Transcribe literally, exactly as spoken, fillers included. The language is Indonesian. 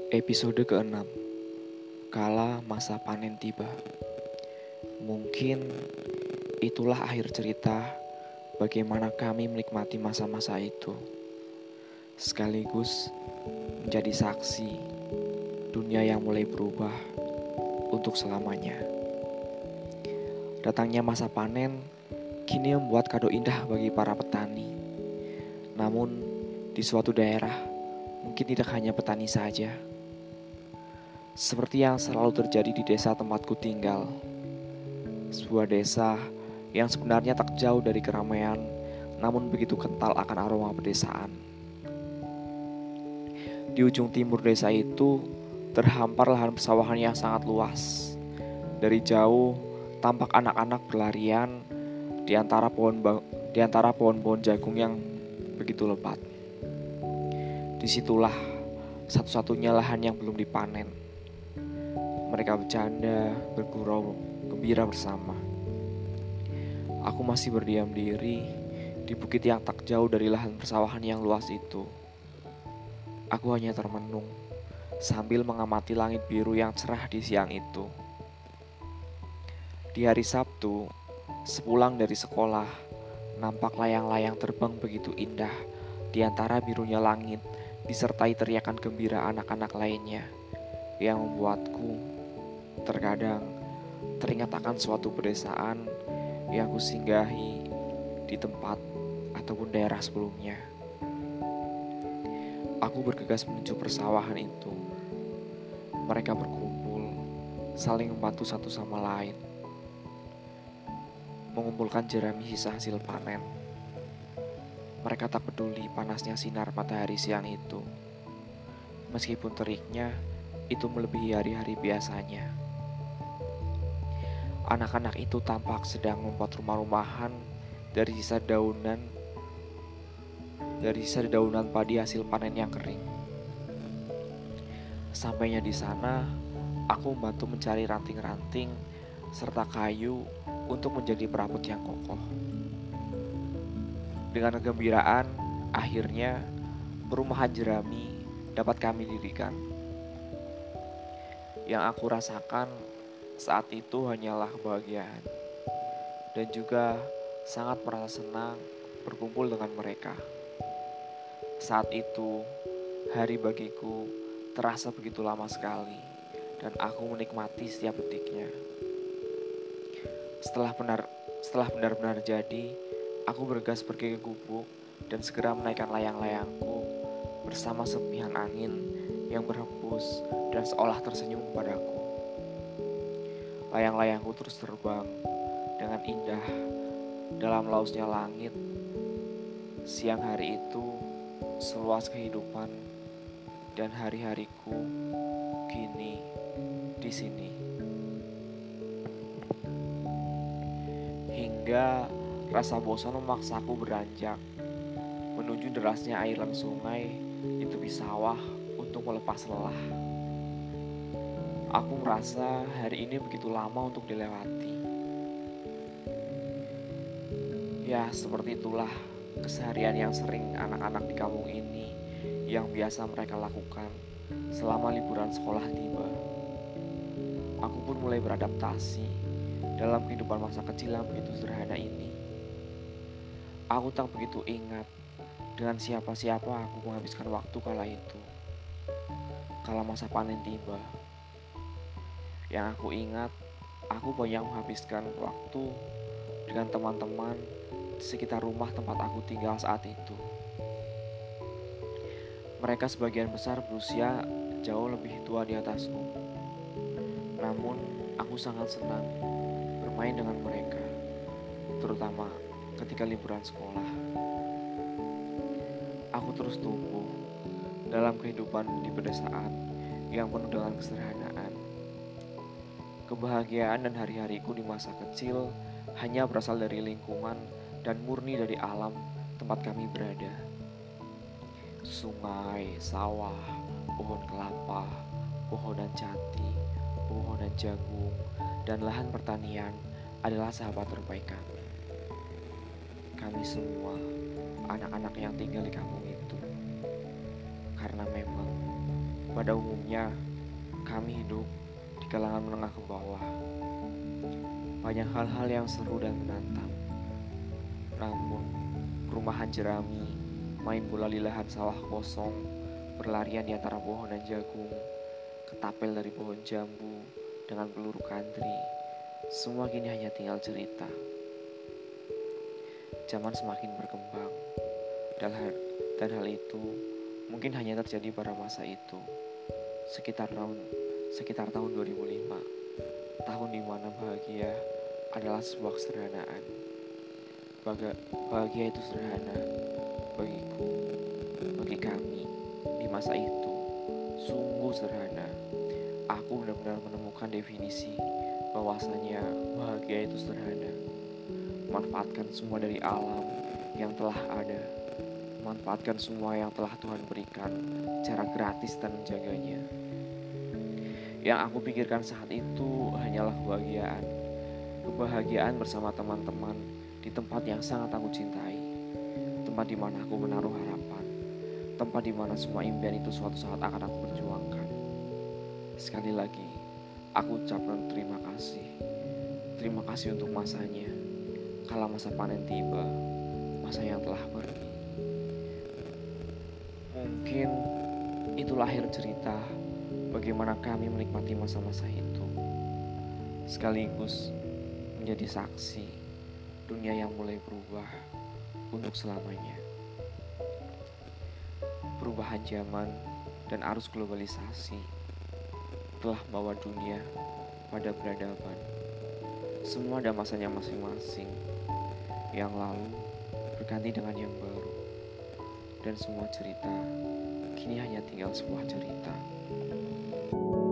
Episode keenam, Kala masa panen tiba. Mungkin itulah akhir cerita bagaimana kami menikmati masa-masa itu. Sekaligus menjadi saksi dunia yang mulai berubah untuk selamanya. Datangnya masa panen kini membuat kado indah bagi para petani. Namun di suatu daerah mungkin tidak hanya petani saja. Seperti yang selalu terjadi di desa tempatku tinggal. Sebuah desa yang sebenarnya tak jauh dari keramaian, namun begitu kental akan aroma pedesaan. Di ujung timur desa itu terhampar lahan persawahan yang sangat luas. Dari jauh tampak anak-anak berlarian di antara pohon ba- di antara pohon-pohon jagung yang begitu lebat. Disitulah satu-satunya lahan yang belum dipanen. Mereka bercanda, bergurau, gembira bersama. Aku masih berdiam diri di bukit yang tak jauh dari lahan persawahan yang luas itu. Aku hanya termenung sambil mengamati langit biru yang cerah di siang itu. Di hari Sabtu, sepulang dari sekolah, nampak layang-layang terbang begitu indah di antara birunya langit, disertai teriakan gembira anak-anak lainnya yang membuatku terkadang teringat akan suatu pedesaan yang kusinggahi di tempat ataupun daerah sebelumnya. Aku bergegas menuju persawahan itu. Mereka berkumpul, saling membantu satu sama lain, mengumpulkan jerami sisa hasil panen. Mereka tak peduli panasnya sinar matahari siang itu. Meskipun teriknya itu melebihi hari-hari biasanya. Anak-anak itu tampak sedang membuat rumah-rumahan dari sisa daunan dari sisa daunan padi hasil panen yang kering. Sampainya di sana, aku membantu mencari ranting-ranting serta kayu untuk menjadi perabot yang kokoh. Dengan kegembiraan, akhirnya perumahan jerami dapat kami dirikan. Yang aku rasakan saat itu hanyalah kebahagiaan dan juga sangat merasa senang berkumpul dengan mereka. Saat itu, hari bagiku terasa begitu lama sekali dan aku menikmati setiap detiknya. Setelah benar setelah benar-benar jadi, aku bergegas pergi ke gubuk dan segera menaikkan layang-layangku bersama serpihan angin yang berhembus dan seolah tersenyum padaku. Layang-layangku terus terbang dengan indah dalam lausnya langit. Siang hari itu seluas kehidupan dan hari-hariku kini di sini. Hingga rasa bosan memaksaku beranjak menuju derasnya aliran sungai di tepi sawah untuk melepas lelah. Aku merasa hari ini begitu lama untuk dilewati. Ya, seperti itulah keseharian yang sering anak-anak di kampung ini yang biasa mereka lakukan selama liburan sekolah tiba. Aku pun mulai beradaptasi dalam kehidupan masa kecil yang begitu sederhana ini. Aku tak begitu ingat dengan siapa-siapa aku menghabiskan waktu kala itu. Kala masa panen tiba. Yang aku ingat, aku banyak menghabiskan waktu dengan teman-teman di sekitar rumah tempat aku tinggal saat itu. Mereka sebagian besar berusia jauh lebih tua di atasku. Namun, aku sangat senang bermain dengan mereka, terutama ketika liburan sekolah. Aku terus tumbuh dalam kehidupan di pedesaan yang penuh dengan kesederhanaan. Kebahagiaan dan hari-hariku di masa kecil hanya berasal dari lingkungan dan murni dari alam tempat kami berada. Sungai, sawah, pohon kelapa, pohonan jati, pohonan jagung, dan lahan pertanian adalah sahabat terbaik kami. Kami semua anak-anak yang tinggal di kampung itu. Karena memang Pada umumnya, kami hidup di kalangan menengah ke bawah. Banyak hal-hal yang seru dan menantang. Namun, perumahan jerami, main bola di lahan sawah kosong, berlarian di antara pohonan jagung, ketapel dari pohon jambu dengan peluru kantri, semua kini hanya tinggal cerita. Zaman semakin berkembang, dan hal, dan hal itu mungkin hanya terjadi pada masa itu, sekitar tahun sekitar tahun dua ribu lima, tahun di mana bahagia adalah sebuah kesederhanaan. Baga, bahagia itu sederhana bagiku, bagi kami di masa itu, sungguh sederhana. Aku benar-benar menemukan definisi bahwasanya bahagia itu sederhana. Manfaatkan semua dari alam yang telah ada. Manfaatkan semua yang telah Tuhan berikan secara gratis dan menjaganya. Yang aku pikirkan saat itu hanyalah kebahagiaan. Kebahagiaan bersama teman-teman di tempat yang sangat aku cintai. Tempat di mana aku menaruh harapan. Tempat di mana semua impian itu suatu saat akan aku perjuangkan. Sekali lagi, aku ucapkan terima kasih. Terima kasih untuk masanya. Kala masa panen tiba, masa yang telah pergi. Mungkin itulah akhir cerita bagaimana kami menikmati masa-masa itu. Sekaligus menjadi saksi dunia yang mulai berubah untuk selamanya. Perubahan zaman dan arus globalisasi telah membawa dunia pada peradaban. Semua ada masanya masing-masing. Yang lalu berganti dengan yang baru. Dan semua cerita kini hanya tinggal sebuah cerita.